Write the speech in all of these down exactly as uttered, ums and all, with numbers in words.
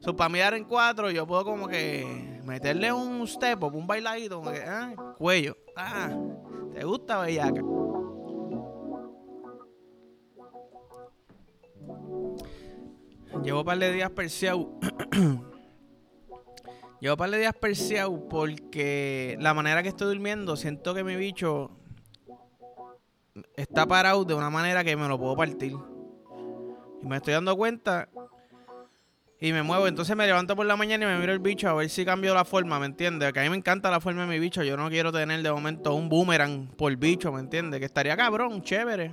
So, para mí dar en cuatro, yo puedo como que meterle un step up, un bailadito, como que, ah, cuello. Ah, ¿te gusta, bellaca? Llevo un par de días perseado. Llevo un par de días perseado porque la manera que estoy durmiendo, siento que mi bicho está parado de una manera que me lo puedo partir. Y me estoy dando cuenta y me muevo. Entonces me levanto por la mañana y me miro el bicho a ver si cambio la forma, ¿me entiendes? Que a mí me encanta la forma de mi bicho. Yo no quiero tener de momento un boomerang por bicho, ¿me entiendes? Que estaría cabrón, chévere.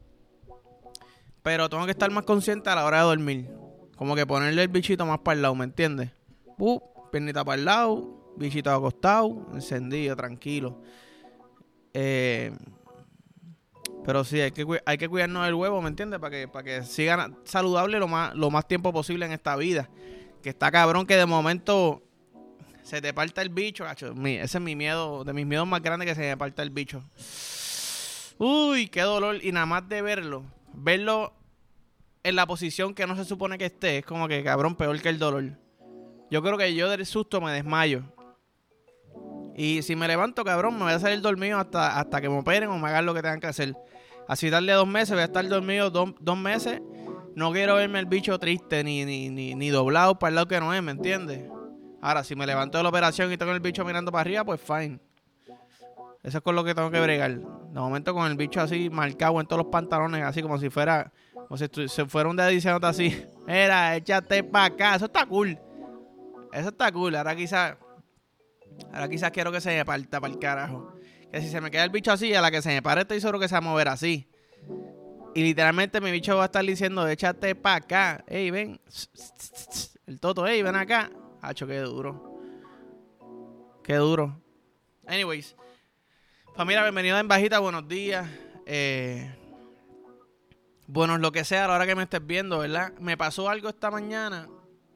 Pero tengo que estar más consciente a la hora de dormir. Como que ponerle el bichito más para el lado, ¿me entiendes? Uh, piernita para el lado, bichito acostado, encendido, tranquilo. Eh... Pero sí, hay que, hay que cuidarnos del huevo, ¿me entiendes? Para que, para que sigan saludable lo más, lo más tiempo posible en esta vida. Que está cabrón que de momento se te parta el bicho. Gacho, ese es mi miedo, de mis miedos más grandes, que se me parta el bicho. Uy, qué dolor. Y nada más de verlo, verlo en la posición que no se supone que esté, es como que cabrón, peor que el dolor. Yo creo que yo del susto me desmayo. Y si me levanto, cabrón, me voy a salir dormido hasta, hasta que me operen o me hagan lo que tengan que hacer. Así darle dos meses, voy a estar dormido dos, dos meses. No quiero verme el bicho triste ni, ni, ni, ni doblado para el lado que no es, ¿me entiendes? Ahora, si me levanto de la operación y tengo el bicho mirando para arriba, pues fine. Eso es con lo que tengo que bregar. De momento con el bicho así marcado en todos los pantalones, así como si fuera, como si se fuera un dedo diciéndote así, mira, échate para acá. Eso está cool. Eso está cool. Ahora quizás... Ahora quizás quiero que se me parta para el carajo. Que si se me queda el bicho así, a la que se me pare estoy seguro que se va a mover así. Y literalmente mi bicho va a estar diciendo, échate para acá. Ey, ven. El toto, ey, ven acá. Hacho, qué duro. Qué duro. Anyways. Familia, bienvenido en Bajita, buenos días. Eh, buenos lo que sea a la hora que me estés viendo, ¿verdad? Me pasó algo esta mañana.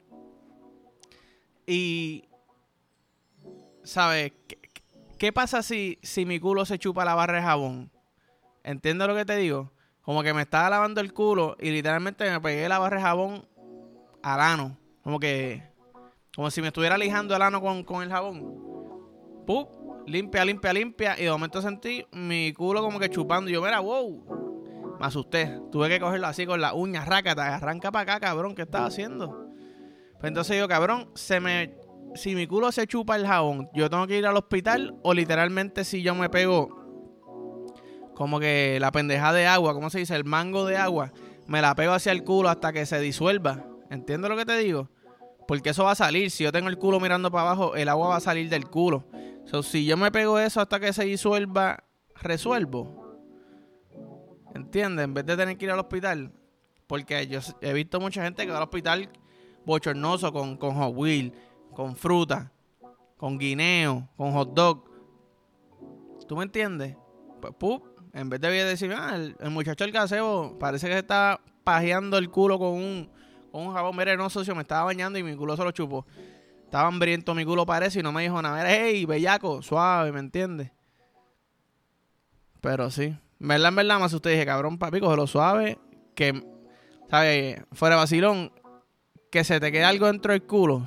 Y... ¿sabes? ¿Qué, qué pasa si, si mi culo se chupa la barra de jabón? ¿Entiendes lo que te digo? Como que me estaba lavando el culo y literalmente me pegué la barra de jabón al ano. Como que... como si me estuviera lijando el ano con, con el jabón. ¡Pup! Limpia, limpia, limpia. Y de momento sentí mi culo como que chupando. Y yo, mira, wow. Me asusté. Tuve que cogerlo así con las uñas, rácata. Arranca para acá, cabrón. ¿Qué estás haciendo? Pues entonces yo, cabrón, se me... si mi culo se chupa el jabón, ¿yo tengo que ir al hospital? O literalmente si yo me pego como que la pendeja de agua, ¿cómo se dice? El mango de agua, me la pego hacia el culo hasta que se disuelva. ¿Entiendes lo que te digo? Porque eso va a salir. Si yo tengo el culo mirando para abajo, el agua va a salir del culo. So, si yo me pego eso hasta que se disuelva, resuelvo. ¿Entiendes? En vez de tener que ir al hospital. Porque yo he visto mucha gente que va al hospital bochornoso con, con Hot Wheels, con fruta, con guineo, con hot dog. ¿Tú me entiendes? Pues, pup, en vez de decir, ah, el, el muchacho del gazebo parece que se está pajeando el culo con un, con un jabón. Mira, no, socio, me estaba bañando y mi culo se lo chupó. Estaba hambriento mi culo, parece, y no me dijo nada. Era, hey, bellaco, suave, ¿me entiendes? Pero sí. En verdad, en verdad, más usted dije, cabrón, papi, cógelo suave. Que, ¿sabes? Fuera de vacilón, que se te quede algo dentro del culo.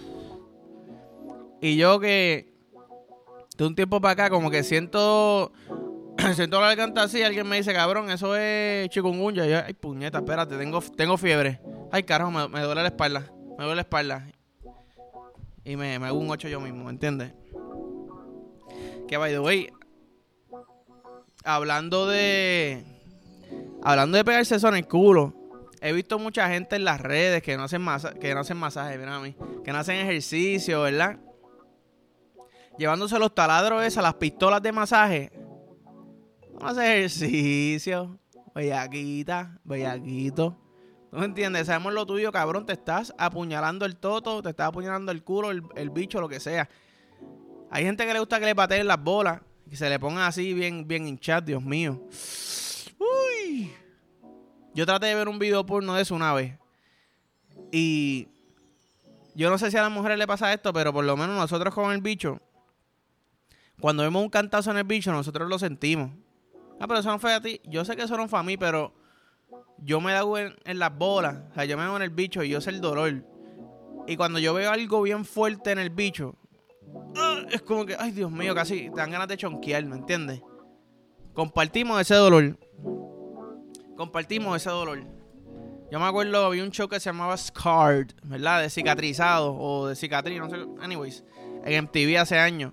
Y yo que de un tiempo para acá como que siento siento la garganta así, alguien me dice, cabrón, eso es chikungunya. Y yo, ay, puñeta, espérate, tengo, tengo fiebre. Ay, carajo, me, me duele la espalda. Me duele la espalda. Y me, me hago un ocho yo mismo, ¿me entiendes? Que, by the way, hablando de... hablando de pegarse eso en el culo, he visto mucha gente en las redes que no hacen masa, que no hacen masaje, mira a mí, que no hacen ejercicio, ¿verdad? Llevándose los taladros esas, las pistolas de masaje. No hace ejercicio. Bellaquita, bellaquito. ¿Tú me entiendes? Sabemos lo tuyo, cabrón. Te estás apuñalando el toto, te estás apuñalando el culo, el, el bicho, lo que sea. Hay gente que le gusta que le pateen las bolas, que se le pongan así bien, bien hinchadas, Dios mío. Uy. Yo traté de ver un video porno de eso una vez. Y yo no sé si a las mujeres le pasa esto, pero por lo menos nosotros con el bicho, cuando vemos un cantazo en el bicho, nosotros lo sentimos. Ah, pero eso no fue a ti. Yo sé que eso no fue a mí, pero yo me da en, en las bolas. O sea, yo me hago en el bicho y yo sé el dolor. Y cuando yo veo algo bien fuerte en el bicho, es como que, ay Dios mío, casi te dan ganas de chonquear, ¿me entiendes? Compartimos ese dolor. Compartimos ese dolor. Yo me acuerdo, había un show que se llamaba Scarred, ¿verdad? De cicatrizado o de cicatriz, no sé. Anyways, en M T V hace años.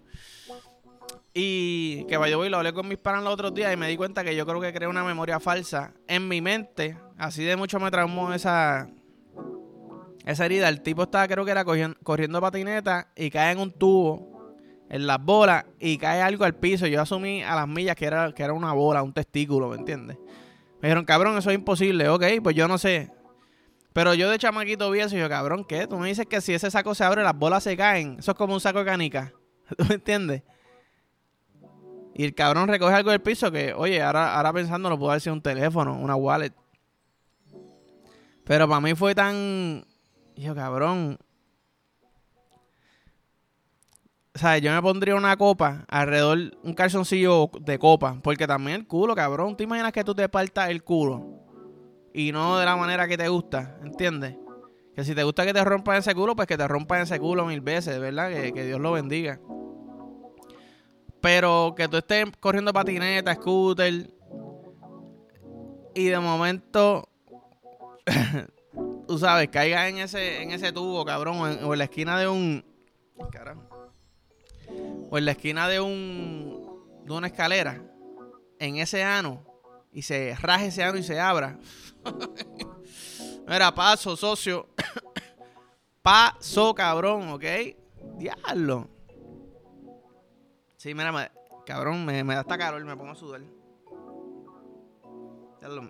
Y que vaya, voy, lo hablé con mis panas los otros días y me di cuenta que yo creo que creé una memoria falsa en mi mente. Así de mucho me traumó esa, esa herida. El tipo estaba, creo que era corriendo, corriendo patineta y cae en un tubo, en las bolas, y cae algo al piso. Yo asumí a las millas que era, que era una bola, un testículo, ¿me entiendes? Me dijeron, cabrón, eso es imposible. Ok, pues yo no sé. Pero yo de chamaquito vi eso y yo, cabrón, ¿qué? Tú me dices que si ese saco se abre, las bolas se caen. Eso es como un saco de canica. ¿Tú me entiendes? Y el cabrón recoge algo del piso que, oye, ahora, ahora pensándolo, pudo haber sido un teléfono, una wallet. Pero para mí fue tan... Yo, cabrón... O sea, yo me pondría una copa alrededor, un calzoncillo de copa, porque también el culo, cabrón. ¿Te imaginas que tú te partas el culo? Y no de la manera que te gusta, ¿entiendes? Que si te gusta que te rompan ese culo, pues que te rompan ese culo mil veces, ¿verdad? Que, que Dios lo bendiga. Pero que tú estés corriendo patineta, scooter, y de momento, tú sabes, caigas en ese, en ese tubo, cabrón, o en, o en la esquina de un... Carajo. O en la esquina de un de una escalera, en ese ano, y se raje ese ano y se abra. Mira, paso, socio. Paso, cabrón, ¿ok? Diablo. Sí, mira, me, cabrón, me, me da hasta calor, me pongo a sudar. Diablo.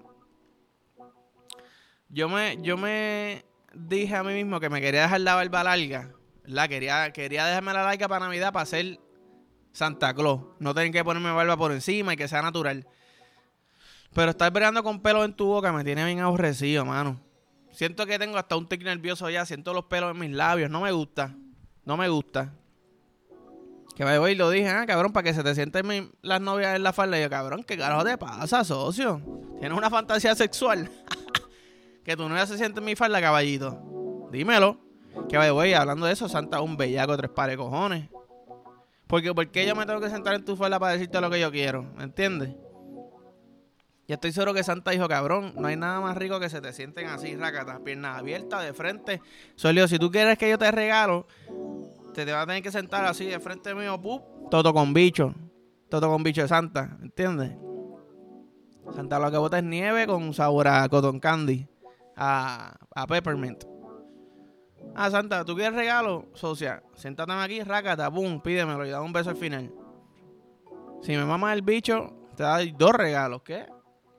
Yo me, yo me dije a mí mismo que me quería dejar la barba larga, ¿verdad? Quería, quería dejarme la larga para Navidad para hacer Santa Claus. No tener que ponerme barba por encima y que sea natural. Pero estar bregando con pelos en tu boca me tiene bien aborrecido, mano. Siento que tengo hasta un tic nervioso ya. Siento los pelos en mis labios. No me gusta. No me gusta. Que me voy y lo dije, ah, cabrón, para que se te sienten mi, las novias en la falda. Y yo, cabrón, ¿qué carajo te pasa, socio? ¿Tienes una fantasía sexual? Que tu novia se siente en mi falda, caballito. Dímelo. Que me voy, hablando de eso, Santa es un bellaco de tres pares de cojones. Porque, ¿por qué yo me tengo que sentar en tu falda para decirte lo que yo quiero? ¿Me entiendes? Y estoy seguro que Santa dijo, cabrón, no hay nada más rico que se te sienten así, racatas, piernas abiertas, de frente. Solio, si tú quieres que yo te regalo, te, te vas a tener que sentar así de frente mío, pup, todo con bicho. Todo con bicho de Santa, ¿entiendes? Santa lo que bota es nieve con sabor a cotton candy, a, a peppermint. Ah, Santa, ¿tú quieres regalo? Socia, siéntate aquí, rácata, pum, pídemelo y da un beso al final. Si me mamas el bicho, te da dos regalos, ¿qué?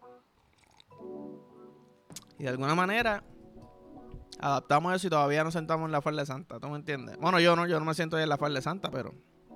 Y de alguna manera adaptamos eso y todavía nos sentamos en la falda de Santa, ¿tú me entiendes? Bueno, yo no, yo no me siento ahí en la falda de Santa, pero...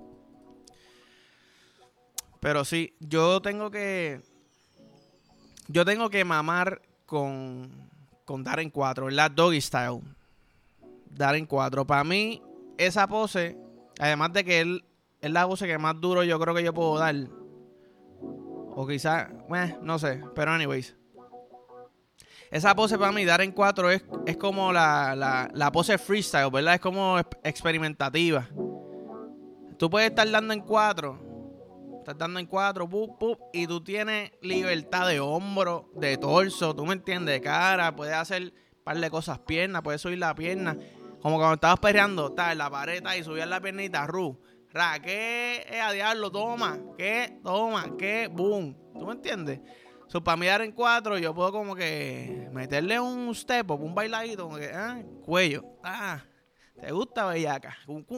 Pero sí, yo tengo que... Yo tengo que mamar con... Con dar en cuatro, ¿verdad? Doggy style. Dar en cuatro. Para mí, esa pose, además de que él es la pose que más duro yo creo que yo puedo dar. O quizás, eh, no sé. Pero anyways. Esa pose para mí, dar en cuatro, es, es como la, la, la pose freestyle, ¿verdad? Es como experimentativa. Tú puedes estar dando en cuatro. Estás dando en cuatro, pup, pup, y tú tienes libertad de hombro, de torso, tú me entiendes, de cara. Puedes hacer un par de cosas, piernas, puedes subir la pierna. Como cuando estabas perreando, estás en la pared y subías la piernita, ru, ra, ¿qué? Eh, a diablo, toma, ¿qué? Toma, ¿qué? Boom. ¿Tú me entiendes? So, para mí dar en cuatro, yo puedo como que meterle un step up, un bailadito, como que, ah, cuello, ah, ¿te gusta, bellaca?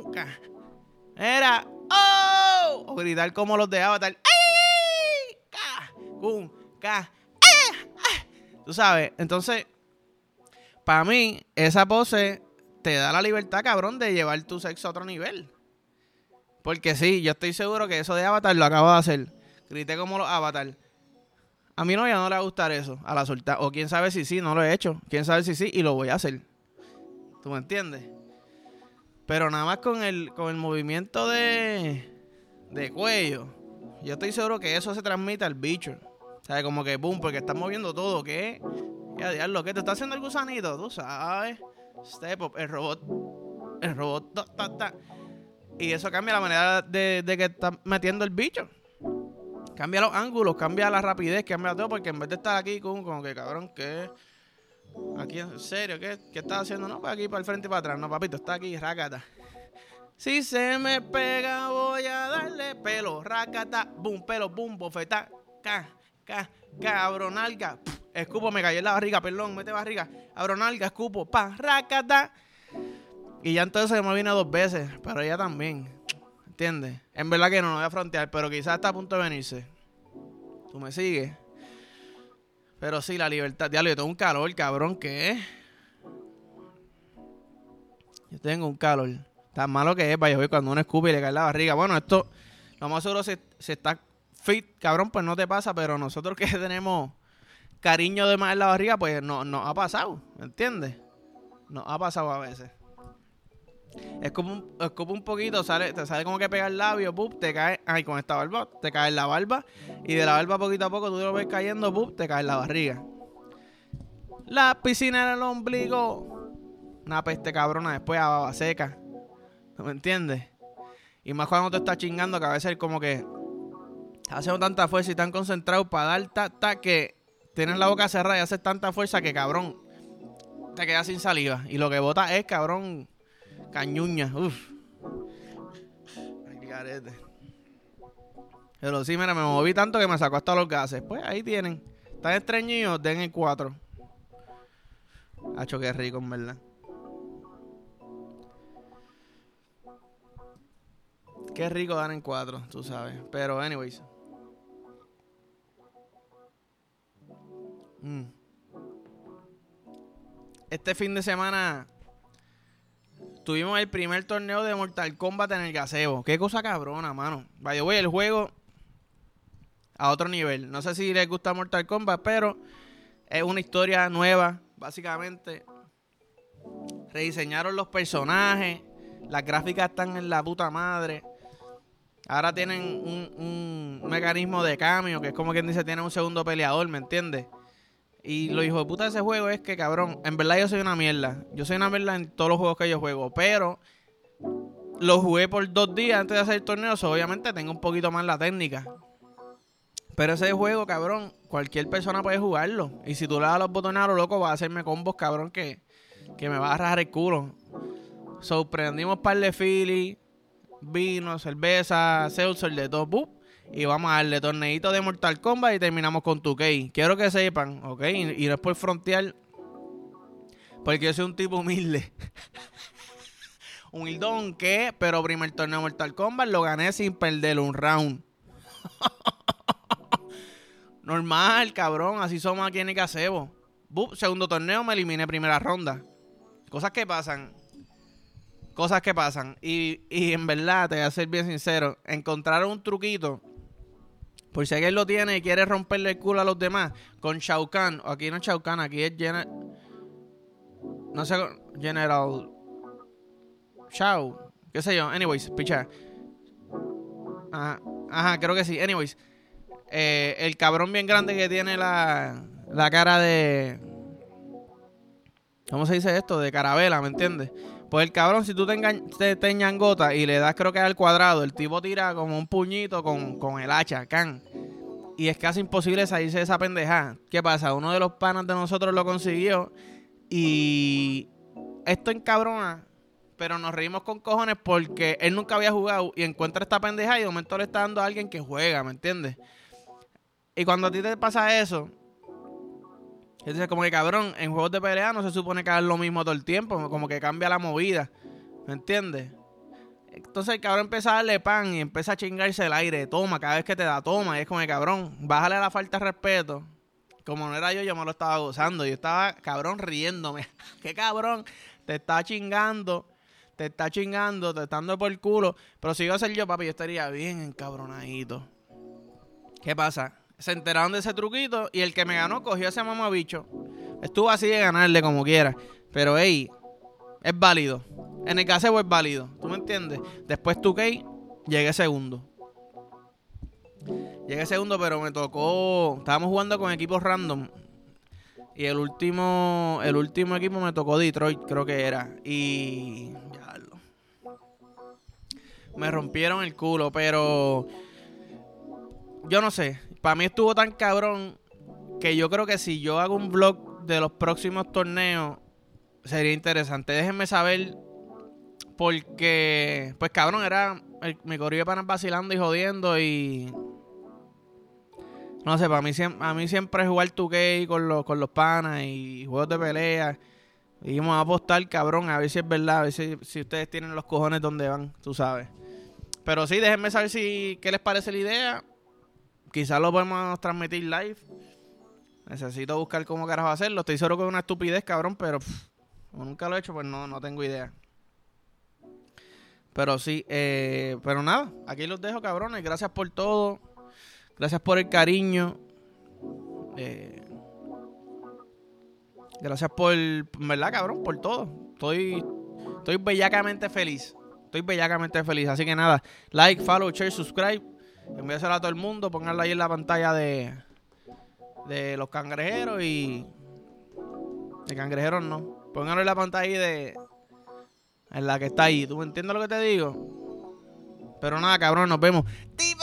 Era, ¡oh! O gritar como los de Avatar, ¡ay! ¡Ca! ¡Cum! ¡Ca! ¡Eh! ¡Ah! Tú sabes, entonces, para mí, esa pose te da la libertad, cabrón, de llevar tu sexo a otro nivel. Porque sí, yo estoy seguro que eso de Avatar lo acabo de hacer. Grité como los Avatar. A mi novia no le va a gustar eso, a la soltar. O quién sabe si sí, no lo he hecho. Quién sabe si sí, y lo voy a hacer. ¿Tú me entiendes? Pero nada más con el, con el movimiento de, de cuello, yo estoy seguro que eso se transmite al bicho. O sea, como que boom, porque estás moviendo todo, ¿qué? Ya, diablo, ¿qué? ¿Te está haciendo el gusanito? Tú sabes. Step up, el robot. el robot, ta, ta, ta. Y eso cambia la manera de, de que está metiendo el bicho. Cambia los ángulos, cambia la rapidez, cambia todo, porque en vez de estar aquí con, como que cabrón, ¿qué? Aquí, en serio, ¿qué, qué estás haciendo? No, pues aquí para el frente y para atrás. No, papito, está aquí, rácata. Si se me pega, voy a darle pelo, rácata, boom, pelo, boom, bofetá, ca, ca, cabronalga. Escupo, me cayó en la barriga, perdón, mete barriga. Abronalga, escupo, pa, rácata. Y ya entonces me vine dos veces, pero ella también. ¿Entiendes? En verdad que no, no voy a frontear, pero quizás está a punto de venirse. ¿Tú me sigues? Pero sí, la libertad. Diablo, yo tengo un calor, cabrón, ¿qué? Yo tengo un calor. Tan malo que es, vaya, hoy cuando uno escupe y le cae la barriga. Bueno, esto, lo más seguro, si, si está fit, cabrón, pues no te pasa, pero nosotros que tenemos cariño de más en la barriga, pues no, nos ha pasado, ¿me entiendes? Nos ha pasado a veces. Escupe un, escupe un poquito, sale, te sale como que pega el labio, pup, te cae, ay, con esta barba, te cae en la barba, y de la barba poquito a poco tú lo ves cayendo, pup, te cae en la barriga. La piscina en el ombligo, una peste cabrona, después a baba seca, ¿me entiendes? Y más cuando te estás chingando, que a veces como que haces tanta fuerza y tan concentrado para dar ta, ta, que tienes la boca cerrada y haces tanta fuerza que, cabrón, te quedas sin saliva, y lo que botas es, cabrón, cañuña, uff. Ay, carete. Pero sí, mira, me moví tanto que me sacó hasta los gases. Pues ahí tienen. Están estreñidos, den el cuatro. Hacho, qué rico, en verdad. Qué rico dar en cuatro, tú sabes. Pero, anyways. Mm. Este fin de semana tuvimos el primer torneo de Mortal Kombat en el Gazebo. Qué cosa cabrona, mano. Vaya, voy el juego a otro nivel. No sé si les gusta Mortal Kombat, pero es una historia nueva, básicamente. Rediseñaron los personajes. Las gráficas están en la puta madre. Ahora tienen un, un mecanismo de cambio, que es como quien dice, tiene un segundo peleador, ¿me entiendes? Y lo hijo de puta de ese juego es que, cabrón, en verdad yo soy una mierda. Yo soy una mierda en todos los juegos que yo juego. Pero lo jugué por dos días antes de hacer el torneo. So, obviamente tengo un poquito más la técnica. Pero ese juego, cabrón, cualquier persona puede jugarlo. Y si tú le das los botones a lo loco, vas a hacerme combos, cabrón, que, que me vas a rajar el culo. So, prendimos par de Philly, vino, cerveza, seltzer, de todo. ¡Bup! Y vamos a darle torneito de Mortal Kombat y terminamos con dos K. Quiero que sepan, ¿ok? Y, y no es por frontear, porque yo soy un tipo humilde. Humildón, ¿qué? Pero primer torneo de Mortal Kombat lo gané sin perder un round. Normal, cabrón. Así somos aquí en el Gazebo. Segundo torneo me eliminé primera ronda. Cosas que pasan. Cosas que pasan. Y, y en verdad, te voy a ser bien sincero. Encontraron un truquito. Por si alguien lo tiene y quiere romperle el culo a los demás. Con Shao Kahn. Aquí no es Shao Kahn, aquí es General. No sé. General. Shao. Qué sé yo. Anyways, picha. Ajá. Ajá, creo que sí. Anyways. Eh, el cabrón bien grande que tiene la, la cara de... ¿Cómo se dice esto? De carabela, ¿me entiendes? Pues el cabrón, si tú te, enga- te, te ñangotas y le das, creo que al cuadrado, el tipo tira como un puñito con, con el hacha, can. Y es casi imposible salirse de esa pendejada. ¿Qué pasa? Uno de los panas de nosotros lo consiguió y esto encabrona, pero nos reímos con cojones porque él nunca había jugado y encuentra esta pendejada y de momento le está dando a alguien que juega, ¿me entiendes? Y cuando a ti te pasa eso, dices como que cabrón, en juegos de pelea no se supone que hagas lo mismo todo el tiempo, como que cambia la movida, ¿me entiendes? Entonces el cabrón empieza a darle pan y empieza a chingarse el aire, toma, cada vez que te da toma, y es como que cabrón, bájale la falta de respeto. Como no era yo, yo me lo estaba gozando, yo estaba cabrón riéndome. ¿Qué cabrón? Te está chingando, te está chingando, te está dando por el culo, pero si iba a ser yo, papi, yo estaría bien encabronadito. ¿Qué pasa? Se enteraron de ese truquito y el que me ganó cogió a ese mamabicho. Estuvo así de ganarle como quiera. Pero, ey, es válido. En el Gazebo es válido. ¿Tú me entiendes? Después dos K, llegué segundo. Llegué segundo, pero me tocó... Estábamos jugando con equipos random. Y el último el último equipo me tocó Detroit, creo que era. Y... Diablo. me rompieron el culo, pero yo no sé, para mí estuvo tan cabrón que yo creo que si yo hago un vlog de los próximos torneos sería interesante. Déjenme saber, porque pues cabrón, era el, mi corillo de panas vacilando y jodiendo y no sé, para mí, a mí siempre jugar dos K con los, con los panas y juegos de pelea. Y vamos a apostar, cabrón, a ver si es verdad, a ver si, si ustedes tienen los cojones donde van, tú sabes. Pero sí, déjenme saber si qué les parece la idea. Quizás lo podemos transmitir live. Necesito buscar cómo carajo hacerlo. Estoy seguro que es una estupidez, cabrón, pero pff, como nunca lo he hecho, pues no, no tengo idea. Pero sí, eh, pero nada, aquí los dejo, cabrones. Gracias por todo. Gracias por el cariño. Eh, gracias por, ¿verdad, cabrón? Por todo. Estoy, estoy bellacamente feliz. Estoy bellacamente feliz. Así que nada, like, follow, share, subscribe. Envíaselo a todo el mundo. Pónganlo ahí en la pantalla de, de los cangrejeros y... De cangrejeros no. Pónganlo en la pantalla ahí de... En la que está ahí. ¿Tú me entiendes lo que te digo? Pero nada, cabrón, nos vemos.